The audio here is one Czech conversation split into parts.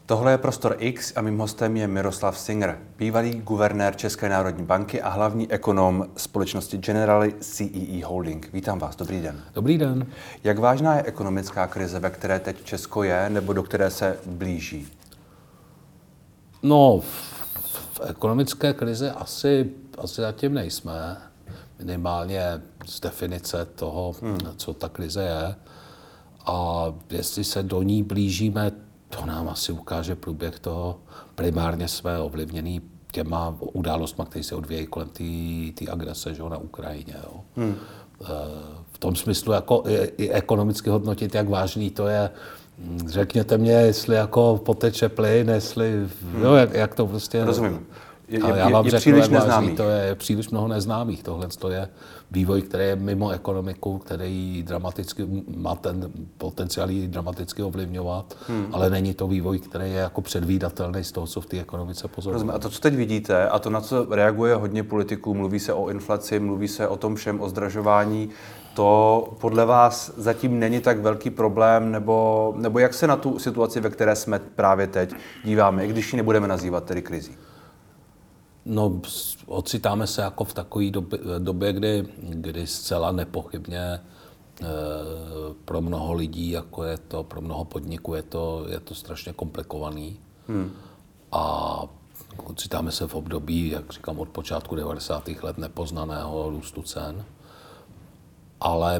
Tohle je Prostor X a mým hostem je Miroslav Singer, bývalý guvernér České národní banky a hlavní ekonom společnosti Generali CEE Holding. Vítám vás, dobrý den. Dobrý den. Jak vážná je ekonomická krize, ve které teď Česko je, nebo do které se blíží? No, v ekonomické krizi asi zatím nejsme. Minimálně z definice toho, co ta krize je. A jestli se do ní blížíme, to nám asi ukáže průběh toho. Primárně jsme ovlivněný těma událostmi, které se odvíjejí kolem té agrese, že, na Ukrajině. Jo. V tom smyslu jako i ekonomicky hodnotit, jak vážný to je. Řekněte mě, jestli jako poteče plyn, jestli, no, jak to prostě... Rozumím. Já vám řeknu, příliš jak vážný neznámých. to je příliš mnoho neznámých. Tohle to je vývoj, který je mimo ekonomiku, který dramaticky má ten potenciál ji dramaticky ovlivňovat, ale není to vývoj, který je jako předvídatelný z toho, co v té ekonomice pozorujeme. A to, co teď vidíte, a to, na co reaguje hodně politiků, mluví se o inflaci, mluví se o tom všem, o zdražování, to podle vás zatím není tak velký problém, nebo jak se na tu situaci, ve které jsme právě teď, díváme, i když ji nebudeme nazývat tedy krizí? No, ocitáme se jako v takové době, kdy zcela nepochybně pro mnoho lidí, jako je to, pro mnoho podniků, je to strašně komplikovaný. A ocitáme se v období, jak říkám, od počátku 90. let nepoznaného růstu cen. Ale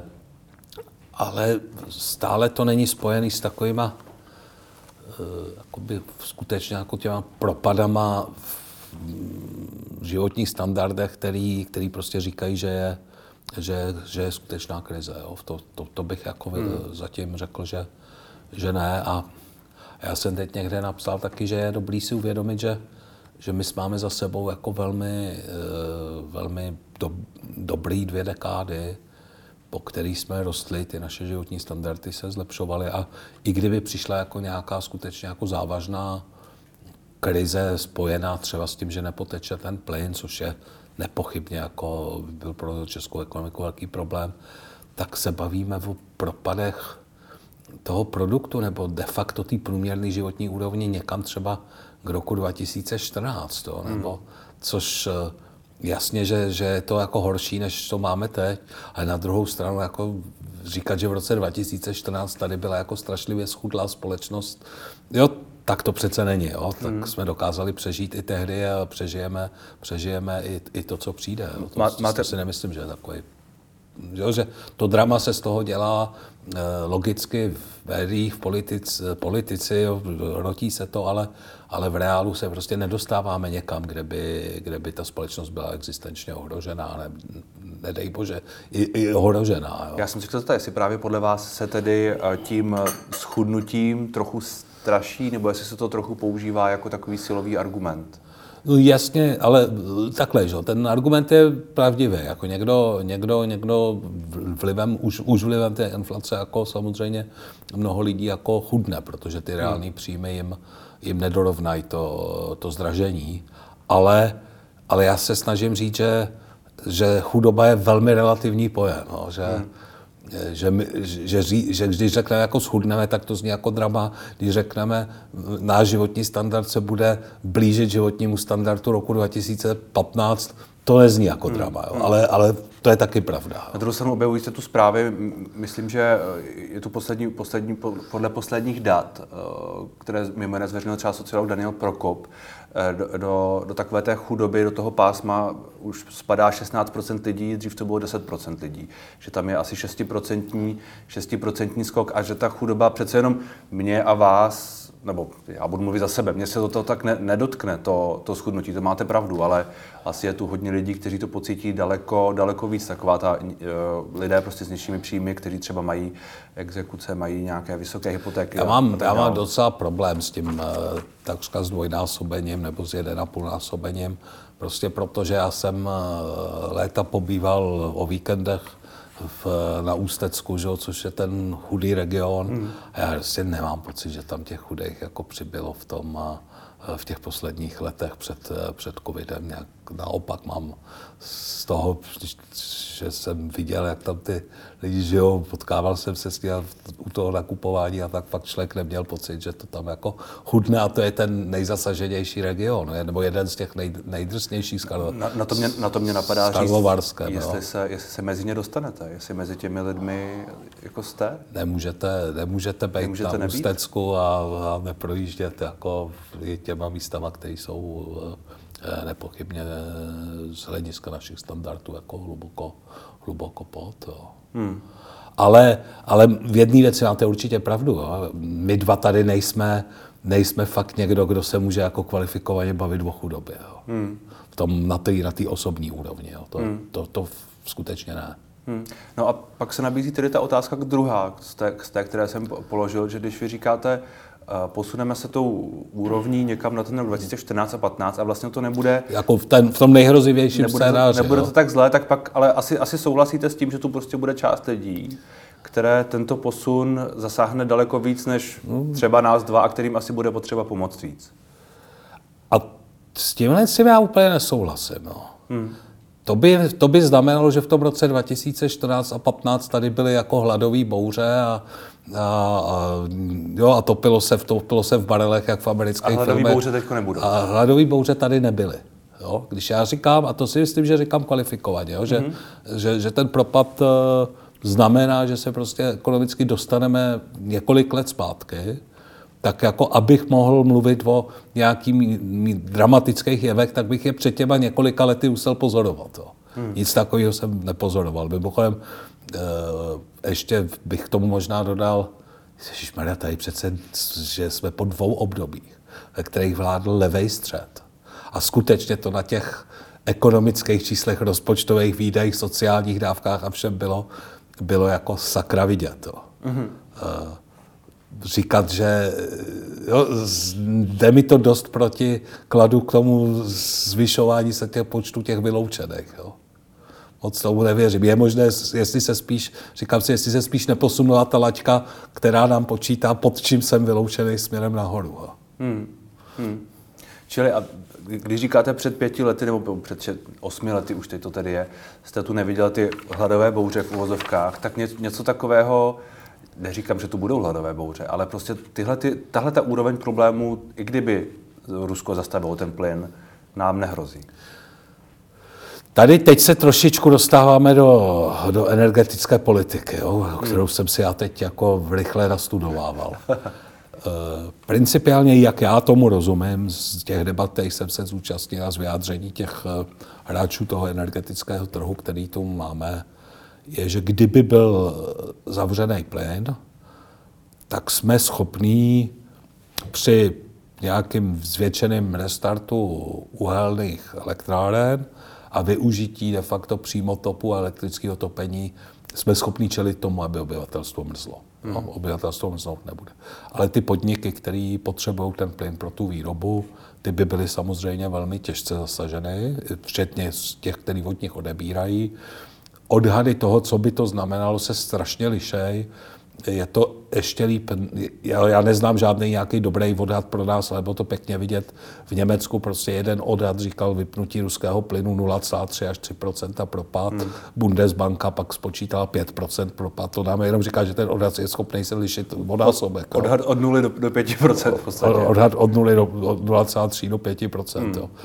stále to není spojený s takovýma jakoby skutečně jako těma propadama v životních standardech, který prostě říkají, že je skutečná krize. Jo. To bych jako zatím řekl, že ne. A já jsem teď někde napsal taky, že je dobrý si uvědomit, že my máme za sebou jako velmi dobrý 2 dekády, po který jsme rostli, ty naše životní standardy se zlepšovaly a i kdyby přišla jako nějaká skutečně jako závažná krize spojená třeba s tím, že nepoteče ten plyn, což je nepochybně jako byl pro českou ekonomiku velký problém, tak se bavíme o propadech toho produktu nebo de facto té průměrné životní úrovni někam třeba k roku 2014, nebo což jasně, že je to jako horší, než to máme teď, ale na druhou stranu jako říkat, že v roce 2014 tady byla jako strašlivě schudlá společnost, jo, tak to přece není, jo. Tak jsme dokázali přežít i tehdy a přežijeme i to, co přijde. Jo. To si nemyslím, že je takový. Jo, že to drama se z toho dělá logicky v médiích, v politici, jo, rotí se to, ale v reálu se prostě nedostáváme někam, kde by ta společnost byla existenčně ohrožená, nedej bože, i ohrožená. Jo. Já jsem si chtěl zeptat, jestli právě podle vás se tedy tím schudnutím trochu straší, nebo jestli se to trochu používá jako takový silový argument? No jasně, ale takhle, že? Ten argument je pravdivý. Jako někdo vlivem, už vlivem té inflace, jako samozřejmě mnoho lidí jako chudne, protože ty reální příjmy jim nedorovnají to zdražení. Ale já se snažím říct, že chudoba je velmi relativní pojem, no, že když řekneme jako schudneme, tak to zní jako drama. Když řekneme, náš životní standard se bude blížit životnímu standardu roku 2015, to nezní jako drama, jo. Ale to je taky pravda. Na druhou stranu objevují se tu zprávy, myslím, že je tu podle posledních dat, které mimo jiné zveřejnil třeba sociolog Daniel Prokop, do takové té chudoby, do toho pásma už spadá 16% lidí, dřív to bylo 10% lidí. Že tam je asi 6% skok a že ta chudoba přece jenom mě a vás, nebo já budu mluvit za sebe, mně se to tak nedotkne, to schudnutí, to máte pravdu, ale asi je tu hodně lidí, kteří to pocítí daleko víc. Taková ta lidé prostě s nižšími příjmy, kteří třeba mají exekuce, mají nějaké vysoké hypotéky. Já mám docela problém s tím takřka s dvojnásobením nebo s 1,5násobením, prostě protože já jsem léta pobýval o víkendech na Ústecku, že, což je ten chudý region. A já prostě nemám pocit, že tam těch chudých jako přibylo v těch posledních letech před covidem. Nějak naopak mám z toho, že jsem viděl, jak tam ty lidi žijou, potkával jsem se s tím u toho nakupování a tak fakt člověk neměl pocit, že to tam jako chudne a to je ten nejzasaženější region, nebo jeden z těch nejdrsnějších Na to mě napadá říct, jestli se mezi ně dostanete, jestli mezi těmi lidmi jako jste? Nemůžete být na Ústecku a neprojíždět jako těma místama, které jsou nepochybně z hlediska našich standardů jako hluboko pod. Jo. Ale v jedné věci máte určitě pravdu. Jo. My dva tady nejsme fakt někdo, kdo se může jako kvalifikovaně bavit o chudobě. Jo. Na té osobní úrovni. Jo. To skutečně ne. No a pak se nabízí tedy ta otázka druhá, z té, které jsem položil, že když vy říkáte, posuneme se tou úrovní někam na ten rok 2014 a 15 a vlastně to nebude... Jako v tom nejhrozivějším scénáři. Nebude to tak zlé, tak pak, ale asi souhlasíte s tím, že tu prostě bude část lidí, které tento posun zasáhne daleko víc než třeba nás dva, a kterým asi bude potřeba pomoct víc. A s tímhle si já úplně nesouhlasím. No. To by znamenalo, že v tom roce 2014 a 15 tady byly jako hladové bouře a topilo se v barelech, jak v amerických filmech. A hladové bouře teďko nebudou. A hladové bouře tady nebyly. Jo? Když já říkám, a to si myslím, že říkám kvalifikovaně, jo? Že ten propad znamená, že se prostě ekonomicky dostaneme několik let zpátky, tak jako abych mohl mluvit o nějakých dramatických jevech, tak bych je před těma několika lety musel pozorovat. Nic takového jsem nepozoroval. Mimochodem, ještě bych k tomu možná dodal, ježišmarja, tady přece, že jsme po 2 obdobích, ve kterých vládl levej střed. A skutečně to na těch ekonomických číslech, rozpočtových výdajích, sociálních dávkách a všem bylo jako sakra vidět. Říkat, že jde mi to dost proti kladu k tomu zvyšování se těch počtu těch vyloučených. Jo. Moc tomu nevěřím. Je možné, jestli se spíš neposunula ta laťka, která nám počítá, pod čím jsem vyloučený směrem nahoru. Čili když říkáte před 5 lety nebo před 8 lety, už teď to tedy je, jste tu neviděl ty hladové bouře v uvozovkách, tak něco takového, neříkám, že tu budou hladové bouře, ale prostě tahle ta úroveň problémů, i kdyby Rusko zastavilo ten plyn, nám nehrozí. Tady teď se trošičku dostáváme do energetické politiky, kterou jsem si já teď jako rychle nastudovával. Principiálně, jak já tomu rozumím, z těch debat, kterých jsem se zúčastnil a z vyjádření těch hráčů toho energetického trhu, který tu máme, je, že kdyby byl zavřený plyn, tak jsme schopní při nějakým zvětšeným restartu uhelných elektráren a využití de facto přímotopu a elektrického topení jsme schopni čelit tomu, aby obyvatelstvo mrzlo. No, obyvatelstvo mrznout nebude. Ale ty podniky, které potřebují ten plyn pro tu výrobu, ty by byly samozřejmě velmi těžce zasaženy, včetně z těch, kteří od nich odebírají. Odhady toho, co by to znamenalo, se strašně lišej. Je to ještě líp. Já neznám žádný nějaký dobrý odhad pro nás, ale bylo to pěkně vidět. V Německu prostě jeden odhad říkal vypnutí ruského plynu 0,3 až 3% propad. Bundesbanka pak spočítala 5% propad. To nám jenom říká, že ten odhad je schopný se lišit od násobek. Odhad od 0 do 5% v podstatě. Odhad od 0,3 do 5%. Jo.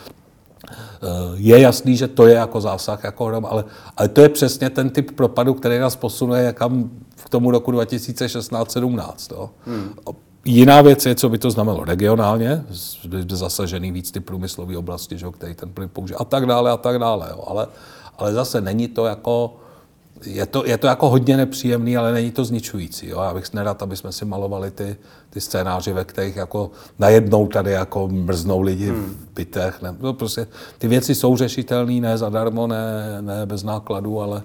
Je jasný, že to je jako zásah, ale to je přesně ten typ propadu, který nás posunuje kam k tomu roku 2016-17. Jiná věc je, co by to znamenalo regionálně, zasažený víc ty průmyslové oblasti, že, který ten plyn použije a tak dále. Jo. Ale zase není to jako, je to jako hodně nepříjemný, ale není to zničující. Jo. Já bych nerad, aby jsme si malovali ty scénáři, ve kterých jako najednou tady jako mrznou lidi v bytech. No prostě ty věci jsou řešitelné, ne zadarmo, ne bez nákladů, ale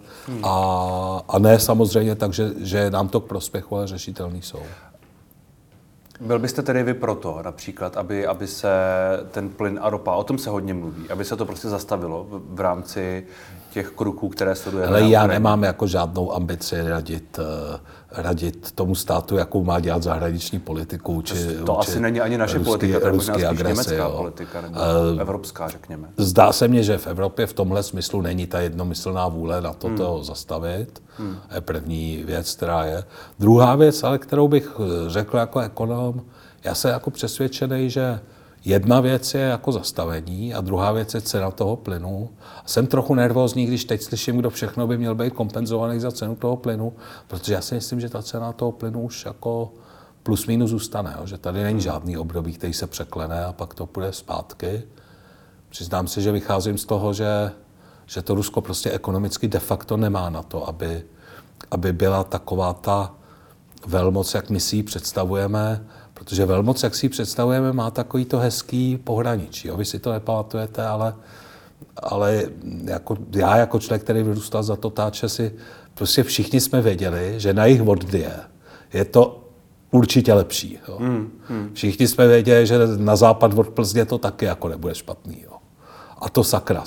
a ne samozřejmě tak, že nám to k prospěchu, ale řešitelný jsou. Byl byste tedy vy proto například, aby se ten plyn a ropa, o tom se hodně mluví, aby se to prostě zastavilo v rámci těch kroků, které sledujeme. Ale já nemám jako žádnou ambici radit tomu státu, jakou má dělat zahraniční politiku. To asi není ani naše politika, to je možná spíš německá politika, nebo evropská, řekněme. Zdá se mně, že v Evropě v tomhle smyslu není ta jednomyslná vůle na to zastavit. Je první věc, která je. Druhá věc, ale kterou bych řekl jako ekonom, já jsem jako přesvědčený, že jedna věc je jako zastavení a druhá věc je cena toho plynu. Jsem trochu nervózní, když teď slyším, kdo všechno by měl být kompenzovaný za cenu toho plynu, protože já si myslím, že ta cena toho plynu už jako plus minus zůstane, že tady není žádný období, který se překlene a pak to půjde zpátky. Přiznám si, že vycházím z toho, že to Rusko prostě ekonomicky de facto nemá na to, aby byla taková ta velmoc, jak my si ji představujeme, protože velmoc, jak si ji představujeme, má takový to hezký pohraničí. Vy si to nepamatujete, ale já jako člověk, který vyrůstal za Totáče, si prostě všichni jsme věděli, že na jih od Dyje je to určitě lepší. Jo. Všichni jsme věděli, že na západ od Plzně to taky jako nebude špatný. Jo. A to sakra.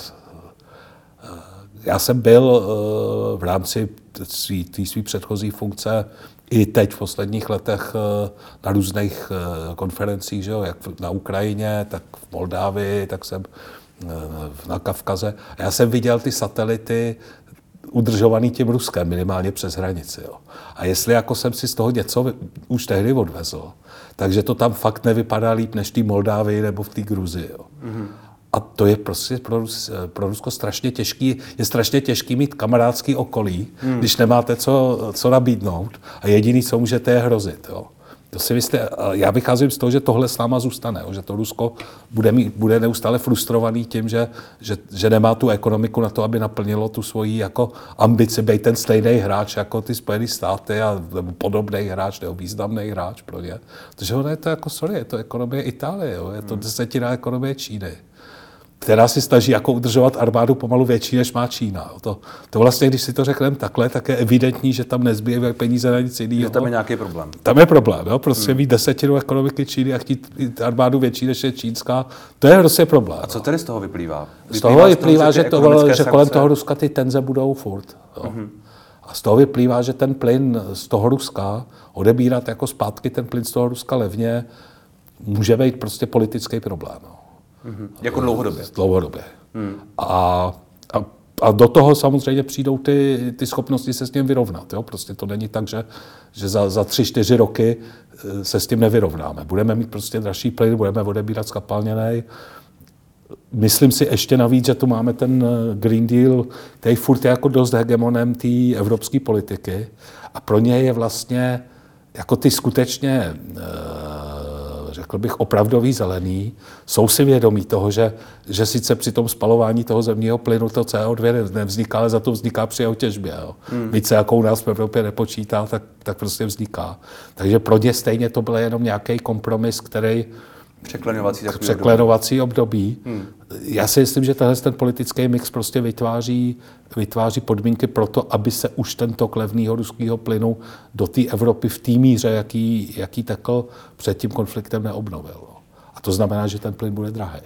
Já jsem byl v rámci té své předchozí funkce i teď v posledních letech na různých konferencích, že jo, jak na Ukrajině, tak v Moldávii, tak jsem na Kavkaze. A já jsem viděl ty satelity udržovaný tím Ruskem, minimálně přes hranici. Jo. A jestli jako jsem si z toho něco už tehdy odvezl, takže to tam fakt nevypadá líp než v té Moldávii nebo v té Gruzii. Jo. A to je prostě pro Rusko strašně těžký. Je strašně těžký mít kamarádský okolí, když nemáte co nabídnout a jediný, co můžete, je hrozit. Jo. To si myslím, já vycházím z toho, že tohle s náma zůstane, že to Rusko bude neustále frustrovaný tím, že nemá tu ekonomiku na to, aby naplnilo tu svoji jako ambici být ten stejný hráč jako ty Spojené státy nebo podobný hráč nebo významný hráč pro ně. Protože ono je to jako, je to ekonomie Itálie, jo, je to desetina ekonomie Číny, která si snaží jako udržovat armádu pomalu větší, než má Čína. To vlastně, když si to řekneme takhle, tak je evidentní, že tam nezbývají peníze na nic jiného. Že tam je nějaký problém. Tam je problém, jo? Prostě mít desetinu ekonomiky Číny a chtít armádu větší, než je čínská, to je prostě problém. A co tedy z toho vyplývá? Z toho vyplývá, že kolem toho Ruska ty tenze budou furt. Jo? A z toho vyplývá, že ten plyn z toho Ruska, odebírat jako zpátky ten plyn z toho Ruska levně, může být prostě politický problém. Jo? Jako dlouhodobě. Dlouhodobě. A do toho samozřejmě přijdou ty schopnosti se s tím vyrovnat. Jo? Prostě to není tak, že za 3-4 roky se s tím nevyrovnáme. Budeme mít prostě dražší plyn, budeme odebírat skapalněnej. Myslím si ještě navíc, že tu máme ten Green Deal, který furt je jako dost hegemonem té evropské politiky a pro ně je vlastně jako ty skutečně řekl bych, opravdový zelený, jsou si vědomí toho, že sice při tom spalování toho zemního plynu to CO2 nevzniká, ale za to vzniká při jeho těžbě. Více, jako u nás v Evropě nepočítá, tak prostě vzniká. Takže pro ně stejně to byl jenom nějaký kompromis, který překlenovací období. Já si myslím, že ten politický mix prostě vytváří podmínky pro to, aby se už ten tok levného ruského plynu do té Evropy v té míře, jaký tekl před tím konfliktem, neobnovil. A to znamená, že ten plyn bude drahý.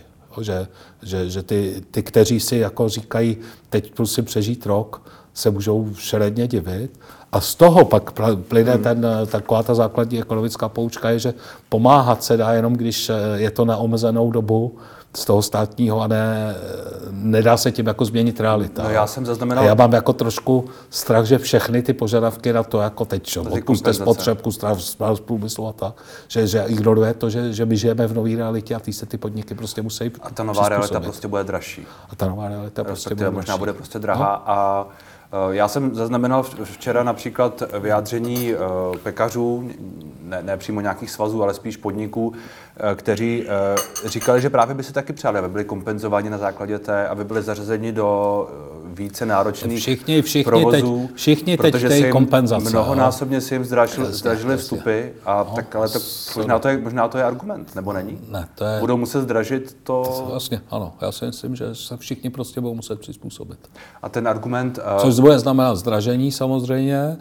Že ty, kteří si jako říkají, teď musím přežít rok, se můžou šeredně divit. A z toho pak plyne taková ta základní ekonomická poučka je, že pomáhat se dá jenom, když je to na omezenou dobu z toho státního a nedá se tím jako změnit realita. No, já jsem zaznamenal... A já mám jako trošku strach, že všechny ty požadavky na to, jako teď, odpuste spotřebku, z průmyslu a tak, že ignoruje to, že my žijeme v nové realitě a ty podniky prostě musí a ta nová realita prostě bude dražší. A ta nová realita prostě bude dražší. Možná bude prostě drahá a já jsem zaznamenal včera například vyjádření pekařů, ne přímo nějakých svazů, ale spíš podniků, kteří říkali, že právě by se taky přáli, aby byli kompenzováni na základě aby byli zařazeni do více náročných provozů. Všichni teď chtějí kompenzace. Mnohonásobně si jim zdražili vstupy, tak ale možná to je argument, nebo není? Ne, to je... Budou muset zdražit to... Vlastně, ano. Já si myslím, že se všichni prostě budou muset přizpůsobit. A ten argument... Což bude znamenat zdražení samozřejmě,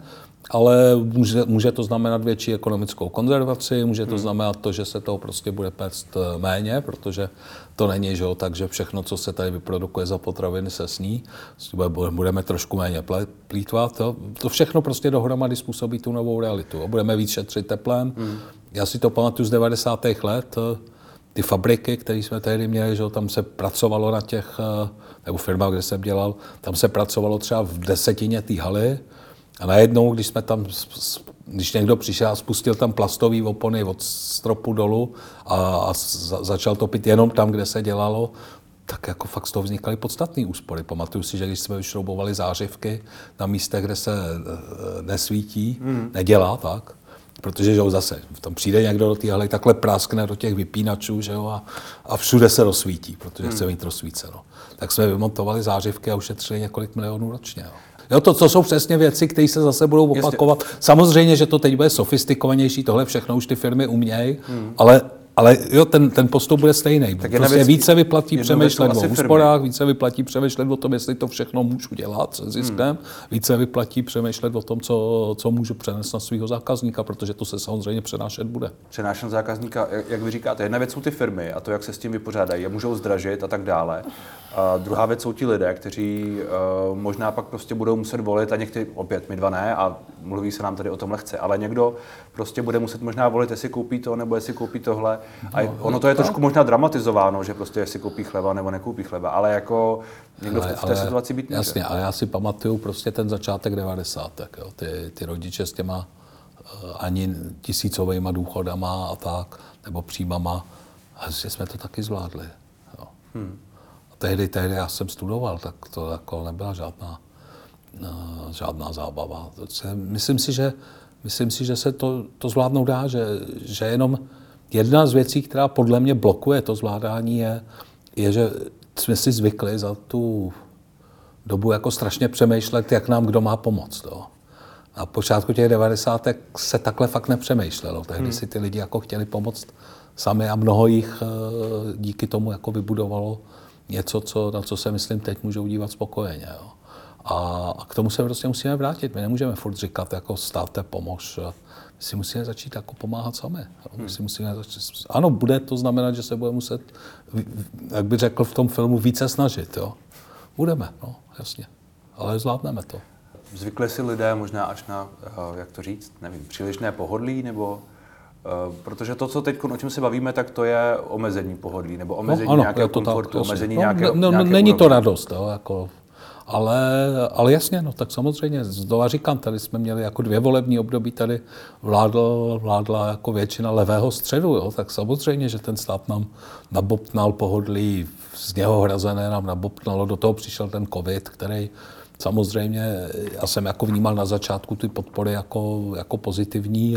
Ale může to znamenat větší ekonomickou konzervaci, může to znamenat to, že se toho prostě bude péct méně, protože to není, že jo, tak, že všechno, co se tady vyprodukuje za potraviny, se sní. Budeme trošku méně plýtvat. To všechno prostě dohromady způsobí tu novou realitu. Budeme víc šetřit teplem. Já si to pamatuju z 90. let. Ty fabriky, které jsme tady měli, že tam se pracovalo na těch, nebo firma, kde jsem dělal, tam se pracovalo třeba v desetině té haly. A najednou, když někdo přišel a spustil tam plastové opony od stropu dolů a začal topit jenom tam, kde se dělalo, tak jako fakt z toho vznikaly podstatné úspory. Pamatuju si, že když jsme vyšroubovali zářivky na místech, kde se nesvítí, nedělá tak, protože že jo, zase tam přijde někdo do té haly, takhle práskne do těch vypínačů, že jo, a všude se rozsvítí, protože chce mít rozsvíceno. Tak jsme vymontovali zářivky a ušetřili několik milionů ročně. Jo, to jsou přesně věci, které se zase budou opakovat. Jasně. Samozřejmě, že to teď bude sofistikovanější, tohle všechno už ty firmy umějí, ale jo, ten postup bude stejný. Prostě více vyplatí přemýšlet o úsporách, více vyplatí přemýšlet o tom, jestli to všechno můžu dělat se ziskem, více vyplatí přemýšlet o tom, co můžu přenést na svého zákazníka, protože to se samozřejmě přenášet bude. Přenášet zákazníka, jak vy říkáte, jedna věc jsou ty firmy a to, jak se s tím vypořádají, je můžou zdražit a tak dále. A druhá věc jsou ti lidé, kteří možná pak prostě budou muset volit a někteří, opět my dva ne, a mluví se nám tady o tom lehce, ale někdo prostě bude muset možná volit, jestli koupí to, nebo jestli koupí tohle. A ono to je trošku možná dramatizováno, že prostě jestli koupí chleba nebo nekoupí chleba, ale jako někdo v té situaci být může. Jasně, ale já si pamatuju prostě ten začátek 90. Jo, ty rodiče s těma ani tisícovejma důchodama a tak, nebo příjmama, a že jsme to taky zvládli. Jo. Tehdy já jsem studoval, tak to jako nebyla žádná zábava. Myslím si, že se to zvládnout dá, že jenom jedna z věcí, která podle mě blokuje to zvládání, je, že jsme si zvykli za tu dobu jako strašně přemýšlet, jak nám kdo má pomoct. Jo. Na počátku těch 90. se takhle fakt nepřemýšlelo. Tehdy si ty lidi jako chtěli pomoct sami a mnoho jich díky tomu jako vybudovalo něco, na co se, myslím, teď můžou dívat spokojeně. Jo. A k tomu se prostě musíme vrátit. My nemůžeme furt říkat, jako státe pomož. My si musíme začít jako pomáhat sami. Jo. Ano, bude to znamenat, že se bude muset, jak by řekl v tom filmu, více snažit. Jo. Budeme, no, jasně. Ale zvládneme to. Zvykli si lidé možná až na, jak to říct, nevím, přílišné pohodlí, nebo protože to, co teď, o čem se bavíme, tak to je omezení pohodlí, nebo omezení nějakého komfortu, omezení nějakého není to radost, jo, jako, ale jasně, no tak samozřejmě, znova říkám, tady jsme měli jako 2 volební období, tady vládla jako většina levého středu, jo, tak samozřejmě, že ten stát nám nabobtnal pohodlí, z něho hrazené nám nabobtnalo, do toho přišel ten covid, který samozřejmě, já jsem jako vnímal na začátku ty podpory jako pozitivní,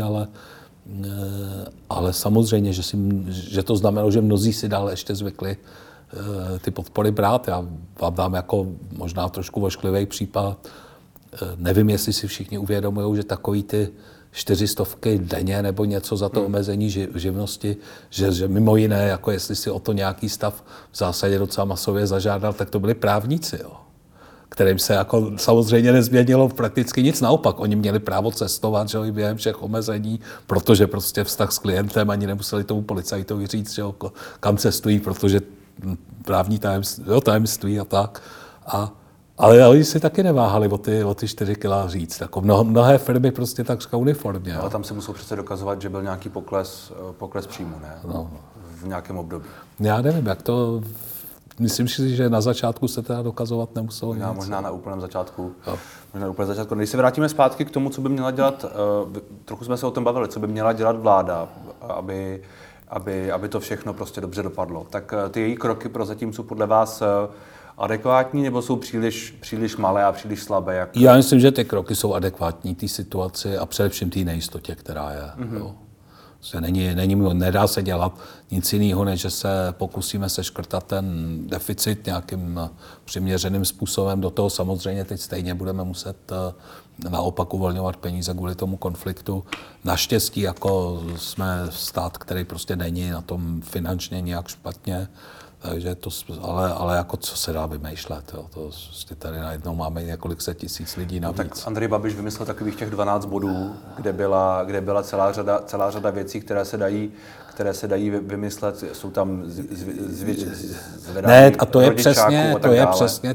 ale samozřejmě, že to znamenalo, že mnozí si dále ještě zvykli ty podpory brát. Já vám dám jako možná trošku ošklivý případ. Nevím, jestli si všichni uvědomují, že takový ty 400 denně nebo něco za to omezení živnosti, že mimo jiné, jako jestli si o to nějaký stav v zásadě docela masově zažádal, tak to byli právníci, jo, kterým se jako samozřejmě nezměnilo prakticky nic. Naopak, oni měli právo cestovat, že jo, během všech omezení, protože prostě vztah s klientem, ani nemuseli tomu policajtovi říct, že jo, kam cestují, protože právní tajemství a tak. Ale oni si taky neváhali o ty 4 kila říct. Jako mnohé firmy prostě takřka uniformně. Ale tam se musel přece dokazovat, že byl nějaký pokles příjmu, ne? No. V nějakém období. Já nevím, jak to... Myslím si, že na začátku se teda dokazovat nemuselo nic. Možná na úplném začátku. Když se vrátíme zpátky k tomu, co by měla dělat, trochu jsme se o tom bavili, co by měla dělat vláda, aby to všechno prostě dobře dopadlo. Tak ty její kroky prozatím jsou podle vás adekvátní, nebo jsou příliš malé a příliš slabé? Já myslím, že ty kroky jsou adekvátní té situaci a především té nejistotě, která je. Jo. Nedá se dělat nic jiného, než že se pokusíme seškrtat ten deficit nějakým přiměřeným způsobem. Do toho samozřejmě teď stejně budeme muset naopak uvolňovat peníze kvůli tomu konfliktu. Naštěstí jako jsme stát, který prostě není na tom finančně nějak špatně, takže to, ale jako co se dá vymýšlet, jo? To prostě tady najednou máme několik set tisíc lidí navíc. Tak Andrej Babiš vymyslel takových těch 12 bodů, kde byla celá řada věcí, které se dají vymyslet, jsou tam zvedání. Ne, a to je přesně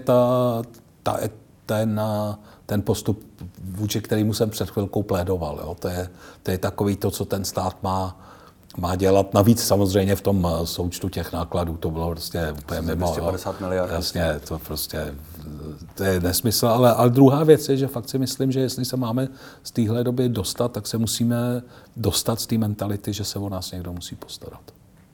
ten postup, vůči kterému jsem před chvilkou plédoval. Jo? To je takový to, co ten stát má dělat. Navíc samozřejmě v tom součtu těch nákladů to bylo prostě úplně mimo. 250 miliard. Jasně, to je nesmysl, ale druhá věc je, že fakt si myslím, že jestli se máme z téhle doby dostat, tak se musíme dostat z té mentality, že se o nás někdo musí postarat.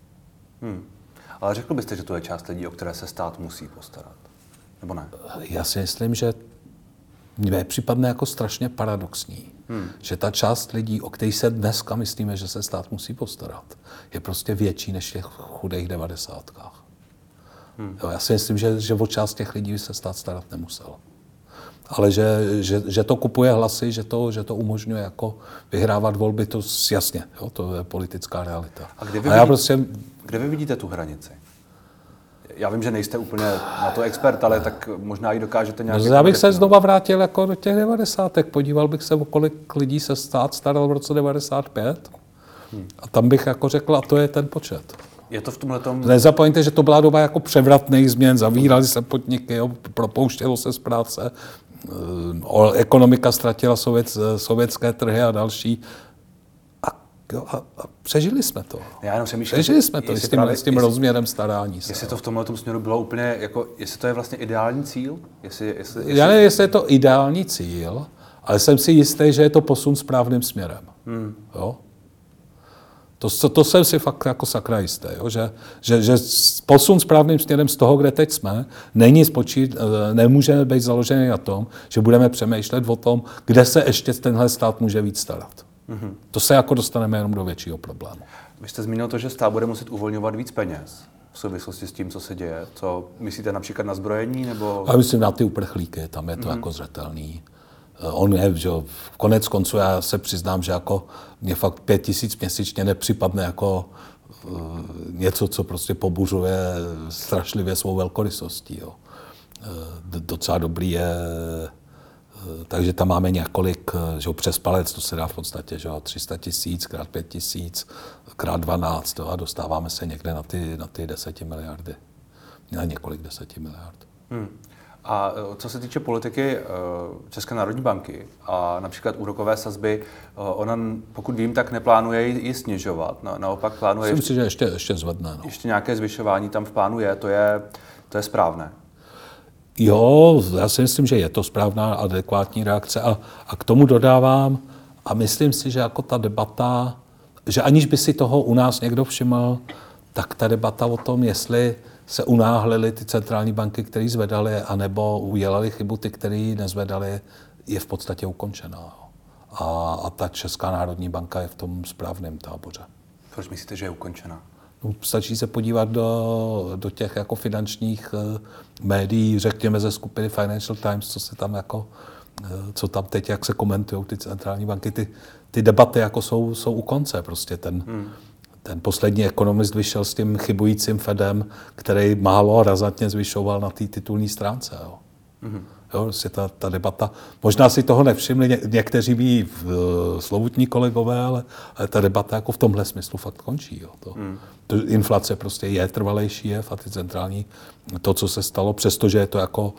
Ale řekl byste, že to je část lidí, o které se stát musí postarat? Nebo ne? Já si myslím, že mně připadne jako strašně paradoxní, že ta část lidí, o kterých se dneska myslíme, že se stát musí postarat, je prostě větší než v těch chudých 90kách. Jo, já si myslím, že o část těch lidí by se stát starat nemusel. Ale že to kupuje hlasy, že to umožňuje jako vyhrávat volby, to jasně, jo, to je politická realita. A kde vy vidíte tu hranici? Já vím, že nejste úplně na to expert, ale tak možná i dokážete nějak... Já bych se znova vrátil jako do těch 90. Podíval bych se, o kolik lidí se stát staral v roce 95. A tam bych jako řekl, a to je ten počet. Je to v tomhletom... Nezapomeňte, že to byla doba jako převratných změn, zavírali se podniky, jo, propouštělo se z práce, ekonomika ztratila sovětské trhy a další. A přežili jsme to. Já jenom přežili jsme to s tím rozměrem starání se. Jestli to v tomhletom směru bylo úplně, jako, jestli to je vlastně ideální cíl? Já nevím, jestli je to ideální cíl, ale jsem si jistý, že je to posun správným směrem. Jo? To jsem si fakt jako sakra jistý, jo? Že posun správným směrem z toho, kde teď jsme, nemůže být založený na tom, že budeme přemýšlet o tom, kde se ještě tenhle stát může víc starat. To se jako dostaneme jenom do většího problému. Vy jste zmínil to, že stát bude muset uvolňovat víc peněz v souvislosti s tím, co se děje. Co myslíte například na zbrojení? Nebo... Já myslím na ty uprchlíky, tam je to jako zřetelný. On je, že konec konců já se přiznám, že jako mě fakt 5 000 měsíčně nepřipadne jako něco, co prostě pobuřuje strašlivě svou velkorysostí. Jo. Docela dobrý je... Takže tam máme několik, že přes palec, to se dá v podstatě, že 300 000 krát 5 000 krát 12, a dostáváme se někde na ty 10 miliardy. Na několik 10 miliard. A co se týče politiky České národní banky a například úrokové sazby, ona, pokud vím, tak neplánuje ji snižovat. Naopak plánuje... Myslím si, že ještě zvedne. No. Ještě nějaké zvyšování tam v plánu je, to je správné. Jo, já si myslím, že je to správná adekvátní reakce a k tomu dodávám a myslím si, že jako ta debata, že aniž by si toho u nás někdo všiml, tak ta debata o tom, jestli se unáhlily ty centrální banky, které zvedaly, anebo udělali chybu ty, které nezvedaly, je v podstatě ukončená. A ta Česká národní banka je v tom správném táboře. Proč myslíte, že je ukončená? No, stačí se podívat do těch jako finančních médií, řekněme ze skupiny Financial Times, co tam teď, jak se komentují ty centrální banky. Ty debaty jako jsou u konce. Prostě ten poslední ekonomist vyšel s tím chybujícím Fedem, který málo a razantně zvyšoval na té titulní stránce. Jo. Jo, prostě ta debata, možná si toho nevšimli někteří mý slovutní kolegové, ale ta debata jako v tomhle smyslu fakt končí. Jo. To inflace prostě je trvalejší jev a ty centrální, to, co se stalo, přestože je to jako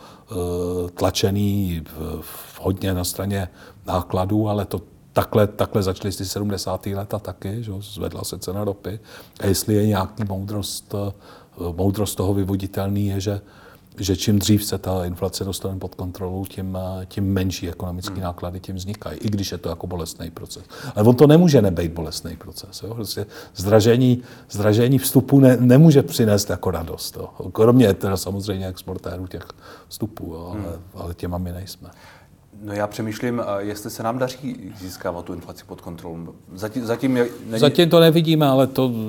tlačený hodně na straně nákladů, ale to takhle začaly ty 70. leta taky, že zvedla se cena ropy. A jestli je nějaký moudrost toho vyvoditelný, je, že čím dřív se ta inflace dostane pod kontrolu, tím menší ekonomické náklady tím vznikají, i když je to jako bolestný proces. Ale on to nemůže nebejt bolestný proces. Jo? Prostě zdražení vstupu nemůže přinést jako radost. Jo? Kromě teda samozřejmě exportérů těch vstupů, jo? Ale těma my nejsme. No já přemýšlím, jestli se nám daří získávat tu inflaci pod kontrolou. Zatím to nevidíme, ale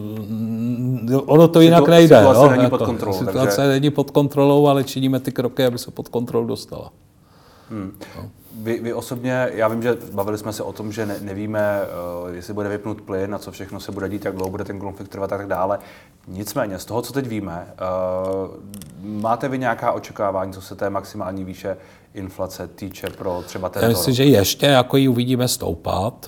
ono to jinak nejde. Situace není pod kontrolou. Situace není pod kontrolou, ale činíme ty kroky, aby se pod kontrolu dostala. Vy osobně, já vím, že bavili jsme se o tom, že nevíme, jestli bude vypnut plyn a co všechno se bude dít, jak dlouho bude ten konflikt trvat a tak dále. Nicméně, z toho, co teď víme, máte vy nějaká očekávání, co se té maximální výše inflace týče pro třeba tento rok? Já myslím, že ještě jako ji uvidíme stoupat.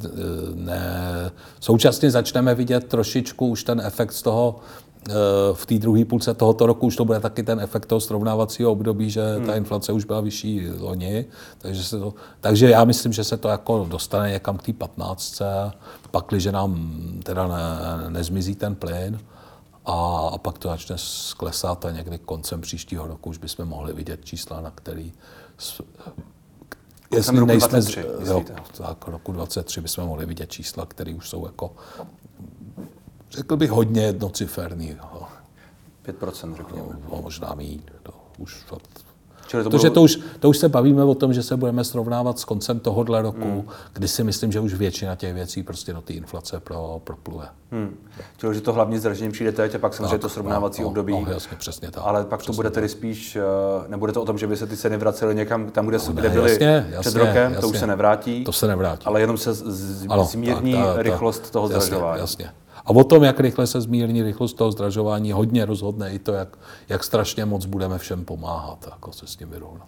Současně začneme vidět trošičku už ten efekt z toho, v té druhé půlce tohoto roku už to bude taky ten efekt toho srovnávacího období, že ta inflace už byla vyšší loni, takže já myslím, že se to jako dostane někam k té 15, pakliže nám teda nezmizí ten plyn a pak to začne sklesat a někdy koncem příštího roku už bychom mohli vidět čísla, na který jestli roku nejsme 23, tak roku 23 bychom mohli vidět čísla, které už jsou jako, řekl bych, hodně jednociferný. 5%, řekněme. Možná míň. Protože to už se bavíme o tom, že se budeme srovnávat s koncem tohohle roku, kdy si myslím, že už většina těch věcí prostě do té inflace propluje. Čili, že to hlavně zdražení přijde teď a pak samozřejmě to srovnávací období. No, jasně, přesně tak. Ale pak to bude tedy spíš, nebude to o tom, že by se ty ceny vracely někam tam, kde byly před rokem, jasně. To už se nevrátí. To se nevrátí. Ale jenom se zmírní rychlost toho zdražování. Jasně. A o tom, jak rychle se zmírní rychlost toho zdražování, hodně rozhodne i to, jak strašně moc budeme všem pomáhat, jako se s tím vyrovnat.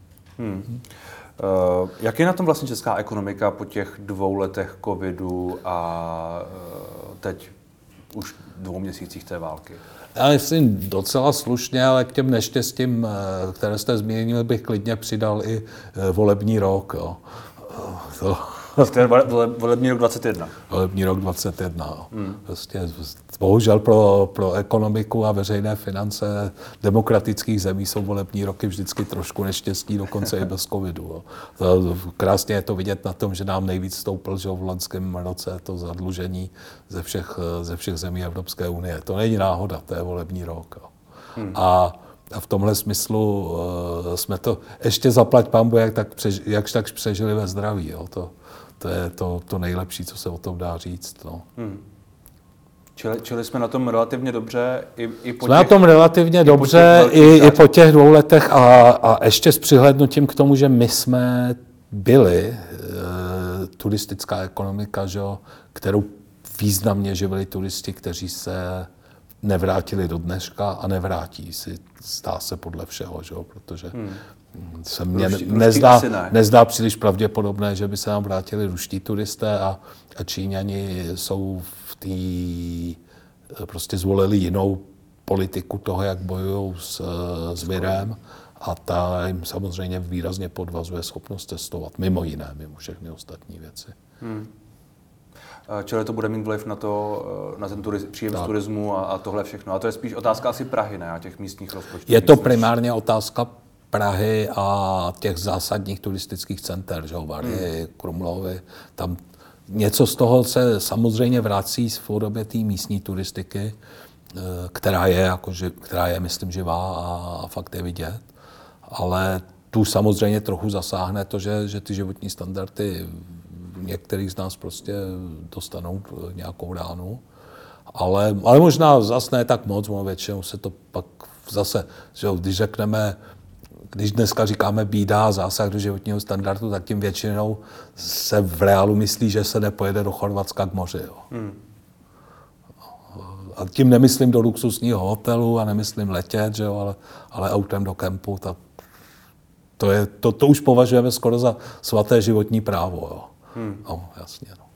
Jak je na tom vlastně česká ekonomika po těch 2 letech covidu a teď už 2 měsících té války? Já myslím docela slušně, ale k těm neštěstím, které jste zmínili, bych klidně přidal i volební rok. Jo. Volební rok 21. Volební rok 21. Vlastně, bohužel pro ekonomiku a veřejné finance demokratických zemí jsou volební roky vždycky trošku neštěstí, dokonce i bez covidu. Krásně je to vidět na tom, že nám nejvíc stoupl, že v loňském roce to zadlužení ze všech zemí Evropské unie. To není náhoda, to je volební rok. A v tomhle smyslu jsme to ještě zaplať pánbu, jak tak přežili ve zdraví. Jo. To je to nejlepší, co se o tom dá říct. No. Čili jsme na tom relativně dobře i po jsme na tom relativně dobře i po těch 2 letech a ještě s přihlédnutím k tomu, že my jsme byli turistická ekonomika, že, kterou významně živili turisti, kteří se nevrátili do dneška a nevrátí si, zdá se podle všeho, že? Protože se mně nezdá příliš pravděpodobné, že by se nám vrátili ruští turisté a Číňani jsou prostě zvolili jinou politiku toho, jak bojují s virem a ta jim samozřejmě výrazně podvazuje schopnost cestovat, mimo jiné, mimo všechny ostatní věci. Čili to bude mít vliv na ten příjem z turismu a tohle všechno. A to je spíš otázka asi Prahy, ne? A těch místních rozpočtů. Je to primárně otázka Prahy a těch zásadních turistických center, že Varhy, Krumlovy. Tam něco z toho se samozřejmě vrací v podobě té místní turistiky, která je, myslím, živá a fakt je vidět. Ale tu samozřejmě trochu zasáhne to, že ty životní standardy některých z nás prostě dostanou nějakou ránu. Ale možná zase ne tak moc, většinou se to pak zase, že když dneska říkáme bída, zásah do životního standardu, tak tím většinou se v reálu myslí, že se nepojede do Chorvatska k moři. Jo. A tím nemyslím do luxusního hotelu a nemyslím letět, že jo, ale autem do kempu. To už považujeme skoro za svaté životní právo. Jo. No, jasně. No.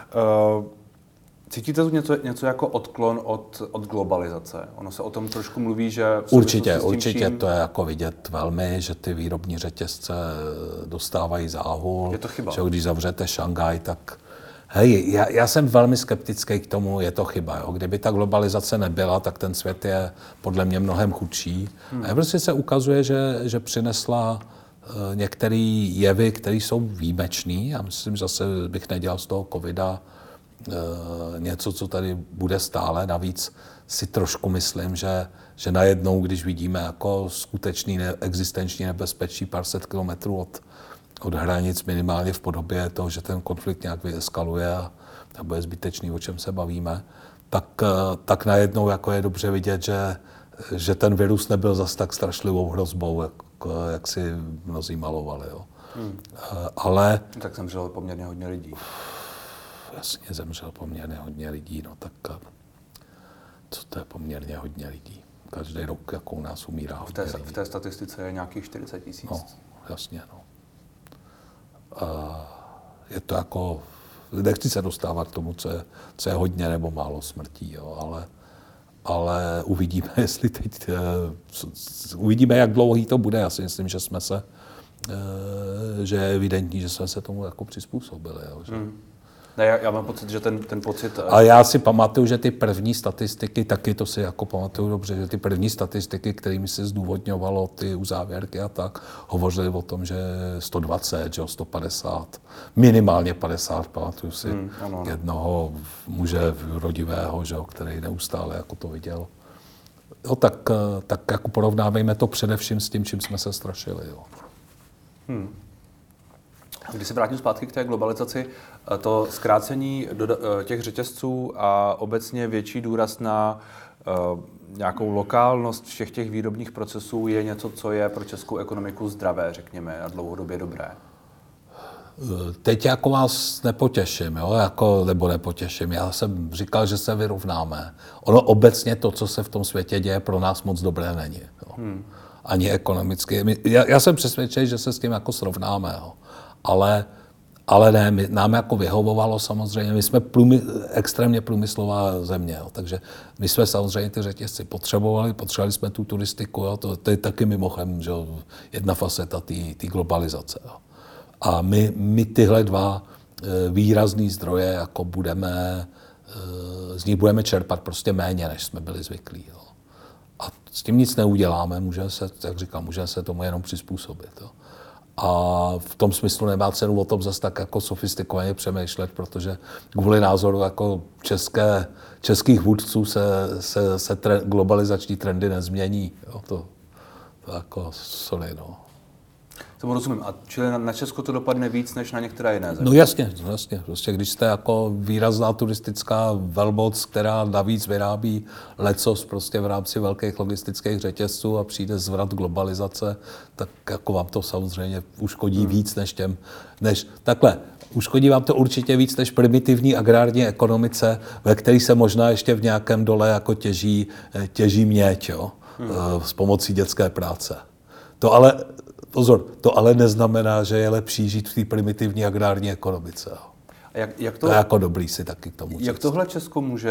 Cítíte tu něco jako odklon od globalizace? Ono se o tom trošku mluví, že... Určitě to je jako vidět velmi, že ty výrobní řetězce dostávají záhul. Je to chyba. Že když zavřete Šangaj, tak... Hej, já jsem velmi skeptický k tomu, je to chyba. Jo? Kdyby ta globalizace nebyla, tak ten svět je podle mě mnohem chudší. A prostě se ukazuje, že přinesla některé jevy, které jsou výjimečný. Já myslím, zase bych nedělal z toho covida něco, co tady bude stále. Navíc si trošku myslím, že najednou, když vidíme jako skutečný existenční nebezpečí pár set kilometrů od hranic, minimálně v podobě toho, že ten konflikt nějak vyeskaluje a bude zbytečný, o čem se bavíme, tak najednou jako je dobře vidět, že ten virus nebyl zas tak strašlivou hrozbou, jak si mnozí malovali. Jo. Ale... Tak zemřelo poměrně hodně lidí. Jasně, zemřelo poměrně hodně lidí, no tak co to je poměrně hodně lidí? Každý rok, jako u nás umírá hodně lidí. V té statistice je nějakých 40 000. No, jasně, no. Je to jako, nechci se dostávat k tomu, co je hodně nebo málo smrtí, jo, ale uvidíme, jestli teď, uvidíme, jak dlouhý to bude. Já si myslím, že je evidentní, že jsme se tomu jako přizpůsobili. Jo, že... Ne, já mám pocit, že ten pocit... A já si pamatuju, že ty první statistiky, taky to si jako pamatuju dobře, že ty první statistiky, kterými se zdůvodňovalo ty uzávěrky a tak, hovořili o tom, že 120, že 150, minimálně 50, pamatuju si jednoho muže rodivého, že, který neustále jako to viděl. Jo, tak jako porovnávejme to především s tím, čím jsme se strašili. Jo. Když se vrátím zpátky k té globalizaci, to zkrácení těch řetězců a obecně větší důraz na nějakou lokálnost všech těch výrobních procesů je něco, co je pro českou ekonomiku zdravé, řekněme, a dlouhodobě dobré. Teď jako vás nepotěším, jo? Nebo nepotěším. Já jsem říkal, že se vyrovnáme. Ono obecně to, co se v tom světě děje, pro nás moc dobré není. Jo? Ani ekonomicky. Já jsem přesvědčený, že se s tím jako srovnáme. Jo? Ale ne, nám jako vyhovovalo samozřejmě, my jsme extrémně průmyslová země, jo, takže my jsme samozřejmě ty řetězci potřebovali jsme tu turistiku, jo, to je taky mimochodem, že jedna faceta té globalizace. Jo. A my tyhle dva výrazný zdroje jako z nich budeme čerpat prostě méně, než jsme byli zvyklí. Jo. A s tím nic neuděláme, můžeme se tomu jenom přizpůsobit. Jo. A v tom smyslu nemá cenu o tom zase tak jako sofistikovaně přemýšlet, protože kvůli názoru jako českých vůdců se globalizační trendy nezmění. Jo, to jako sorry, no. Tomu rozumím. A čili na Česko to dopadne víc než na některé jiné země? No jasně. Prostě když jste jako výrazná turistická velmoc, která navíc vyrábí lecos prostě v rámci velkých logistických řetězců a přijde zvrat globalizace, tak jako vám to samozřejmě uškodí víc uškodí vám to určitě víc než primitivní agrární ekonomice, ve které se možná ještě v nějakém dole jako těží měď, jo, s pomocí dětské práce. To ale neznamená, že je lepší žít v té primitivní agrární ekonomice. A to je jako dobrý si taky k tomu Jak tohle Česko může...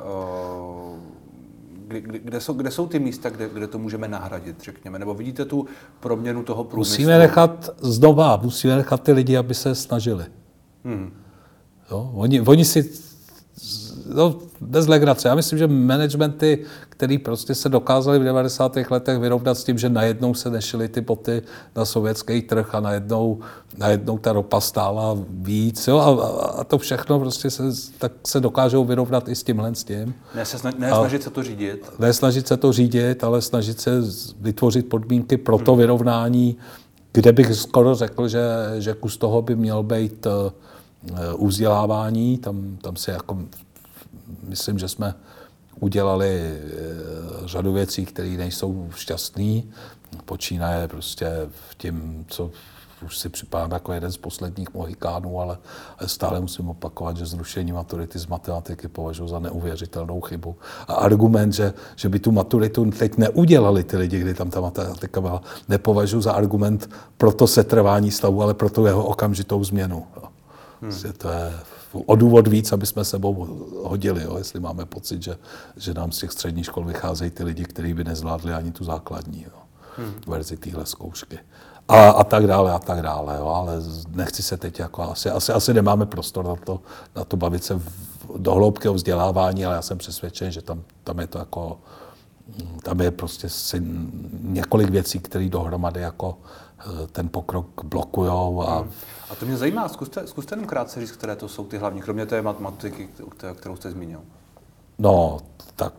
Kde jsou ty místa, kde to můžeme nahradit, řekněme? Nebo vidíte tu proměnu toho průmyslu? Musíme nechat ty lidi, aby se snažili. Jo? Oni si... No, bez legrace. Já myslím, že managementy, který prostě se dokázali v 90. letech vyrovnat s tím, že najednou se nešily ty boty na sovětský trh a najednou ta ropa stála víc. Jo? A to všechno prostě se dokážou vyrovnat i s tímhle s tím. Snažit se to řídit. Ne snažit se to řídit, ale snažit se vytvořit podmínky pro to vyrovnání, kde bych skoro řekl, že kus toho by měl být u vzdělávání. Tam se jako... Myslím, že jsme udělali řadu věcí, které nejsou šťastné. Počínaje prostě v tím, co už si připadám jako jeden z posledních mohikánů, ale stále musím opakovat, že zrušení maturity z matematiky považuji za neuvěřitelnou chybu. A argument, že by tu maturitu teď neudělali ty lidi, kdy tam ta matematika byla, nepovažuji za argument pro to setrvání stavu, ale pro tu jeho okamžitou změnu. To je o důvod víc, aby jsme sebou hodili, jo, jestli máme pocit, že nám z těch středních škol vycházejí ty lidi, kteří by nezvládli ani tu základní verzi téhle zkoušky. A tak dále, jo, ale nechci se teď jako, asi nemáme prostor na to bavit se do hloubky o vzdělávání, ale já jsem přesvědčen, že tam je to jako, tam je prostě několik věcí, které dohromady jako ten pokrok blokujou. A to mě zajímá, zkuste jenom krátce říct, které to jsou ty hlavní, kromě té matematiky, kterou jste zmínil. No, tak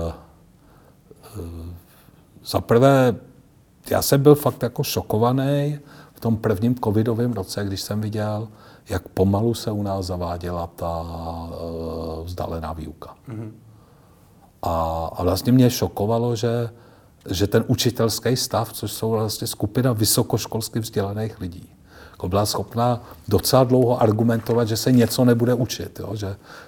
za prvé, já jsem byl fakt jako šokovaný v tom prvním covidovém roce, když jsem viděl, jak pomalu se u nás zaváděla ta vzdálená výuka. A vlastně mě šokovalo, že ten učitelský stav, což jsou vlastně skupina vysokoškolsky vzdělaných lidí, byla schopná docela dlouho argumentovat, že se něco nebude učit. Jo?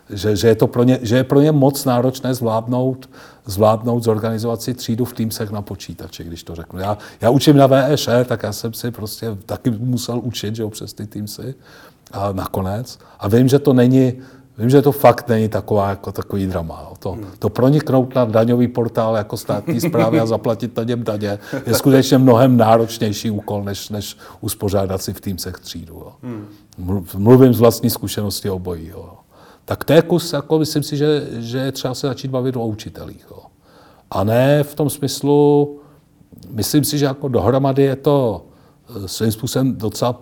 Že je pro ně moc náročné zvládnout zorganizovat si třídu v Teamsech na počítači, když to řeknu. Já učím na VŠ, tak já jsem si prostě taky musel učit, že jo, přes ty Teamsy a nakonec. A vím, že to fakt není takový drama. To proniknout na daňový portál jako státní správy a zaplatit na něm daně je skutečně mnohem náročnější úkol, než uspořádat si v Teamsech třídu. Jo. Mluvím z vlastní zkušenosti obojí. Jo. Tak to je kus, jako myslím si, že je třeba se začít bavit o učitelích. Jo. A ne v tom smyslu, myslím si, že jako dohromady je to svým způsobem docela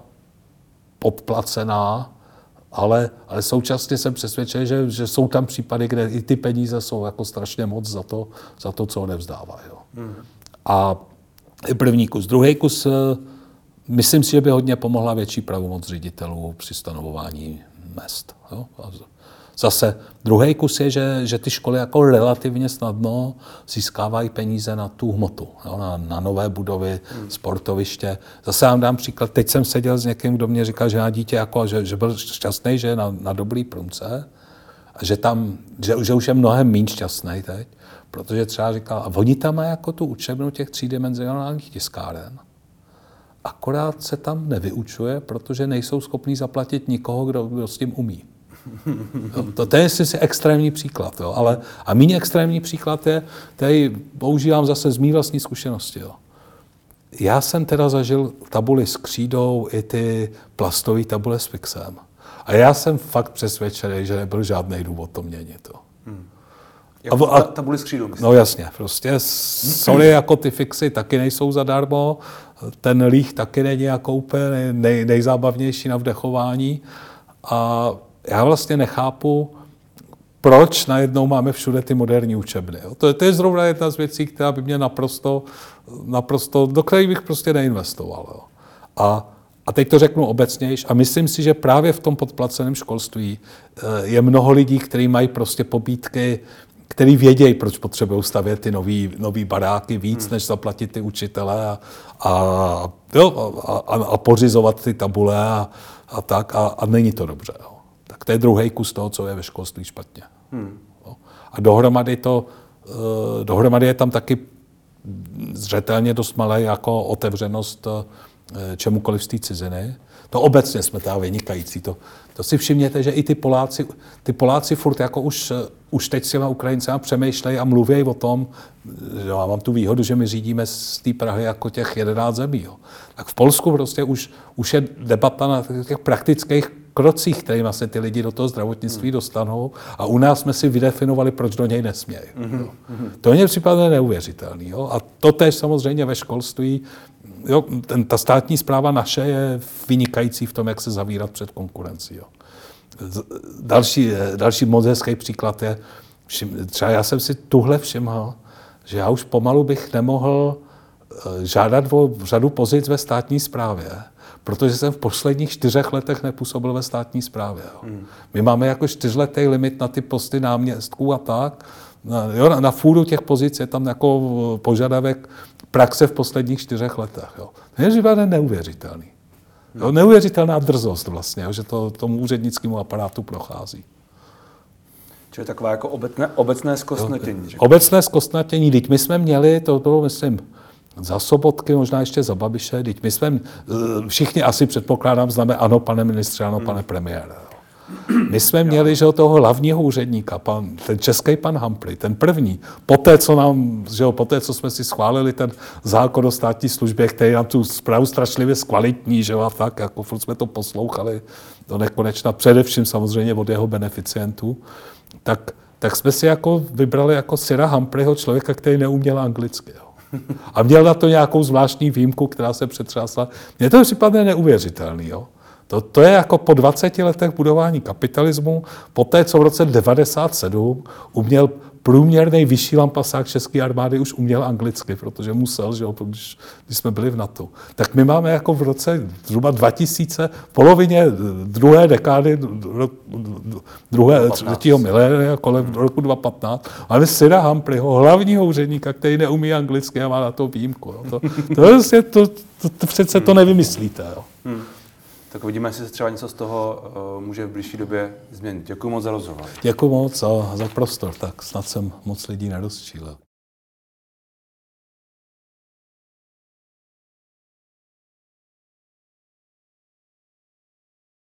podplacená, ale současně jsem přesvědčen, že jsou tam případy, kde i ty peníze jsou jako strašně moc za to, co nevzdává. Jo. A první kus. Druhý kus, myslím si, že by hodně pomohla větší pravomoc ředitelů při stanovování mezd. Jo. Zase druhý kus je, že ty školy jako relativně snadno získávají peníze na tu hmotu, jo, na nové budovy, sportoviště. Zase vám dám příklad, teď jsem seděl s někým, kdo mě říkal, že na dítě jako, že byl šťastný, že je na dobrý průmce a že už je mnohem méně šťastný teď, protože třeba říkal, a oni tam mají jako tu učebnu těch třídimenzionálních tiskáren, akorát se tam nevyučuje, protože nejsou schopní zaplatit nikoho, kdo s tím umí. To je si extrémní příklad, jo. Ale a méně extrémní příklad je, který používám zase z mý vlastní zkušenosti. Jo. Já jsem teda zažil tabuli s křídou i ty plastové tabule s fixem. A já jsem fakt přesvědčený, že nebyl žádný důvod to měnit. Jako tabuli s křídou, myslím. No jasně, prostě sorry, jako ty fixy taky nejsou zadarmo, ten líh taky není jako úplně nejzábavnější na vdechování. A já vlastně nechápu, proč najednou máme všude ty moderní učebny. To je zrovna jedna z věcí, která by mě naprosto do které bych prostě neinvestoval. Jo. A teď to řeknu obecnějš a myslím si, že právě v tom podplaceném školství je mnoho lidí, kteří mají prostě pobídky, který vědějí, proč potřebují stavět ty nový baráky víc, než zaplatit ty učitele a pořizovat ty tabule a tak. A není to dobře. Jo. Tak to je druhý kus toho, co je ve školství špatně. A dohromady je tam taky zřetelně dost malé jako otevřenost čemukoliv z té ciziny. To obecně jsme teda vynikající. To si všimněte, že i ty Poláci furt jako už teď s těma Ukrajincema přemýšlejí a mluví o tom, že já mám tu výhodu, že my řídíme z té Prahy jako těch 11 zemí. Jo. Tak v Polsku prostě už je debata na těch praktických krocích, kterými se ty lidi do toho zdravotnictví dostanou a u nás jsme si vydefinovali, proč do něj nesmějí. To je připadne neuvěřitelný. Jo. A to též samozřejmě ve školství. Jo, ta státní správa naše je vynikající v tom, jak se zavírat před konkurencí. Jo. Další moc hezký příklad je, třeba já jsem si tuhle všiml, že já už pomalu bych nemohl žádat o řadu pozic ve státní správě, protože jsem v posledních 4 letech nepůsobil ve státní správě. Jo. My máme jako 4letý limit na ty posty náměstků a tak. Na fůru těch pozic je tam jako požadavek praxe v posledních 4 letech. Jo. To je životně neuvěřitelný. Jo, neuvěřitelná drzost vlastně, jo, že to tomu úřednickému aparátu prochází. Čili takové jako obecné zkostnatění. Obecné zkostnatění. Teď my jsme měli, to bylo, myslím, za Sobotky, možná ještě za Babiše, teď my jsme, všichni asi předpokládám, známe ano, pane ministře, ano, pane premiére. My jsme měli, že toho hlavního úředníka, ten český pan Hampry, ten první, poté, co jsme si schválili ten zákon o státní službě, který nám tu zprávu strašlivě zkvalitní, že a tak, jako furt jsme to poslouchali do nekonečna, především samozřejmě od jeho beneficientů, tak jsme si jako vybrali jako Sira Humphreyho, člověka, který neuměl anglicky. Jo. A měl na to nějakou zvláštní výjimku, která se přetřásla. Mně to připadne neuvěřitelný, jo. To je jako po 20 letech budování kapitalismu, poté, co v roce 1997 uměl průměrný vyšší lampasák české armády už uměl anglicky, protože musel, že jo, když jsme byli v NATO. Tak my máme jako v roce zhruba 2000, v polovině druhé dekády, třetího milénia, kolem roku 2015, máme Sira Humphreyho, hlavního úředníka, který neumí anglicky a má na to výjimku. Jo. To přece to nevymyslíte. Jo. Tak uvidíme, jestli se třeba něco z toho může v blížší době změnit. Děkuji moc za rozhovor. Děkuji moc za prostor, tak snad jsem moc lidí nerozčílil.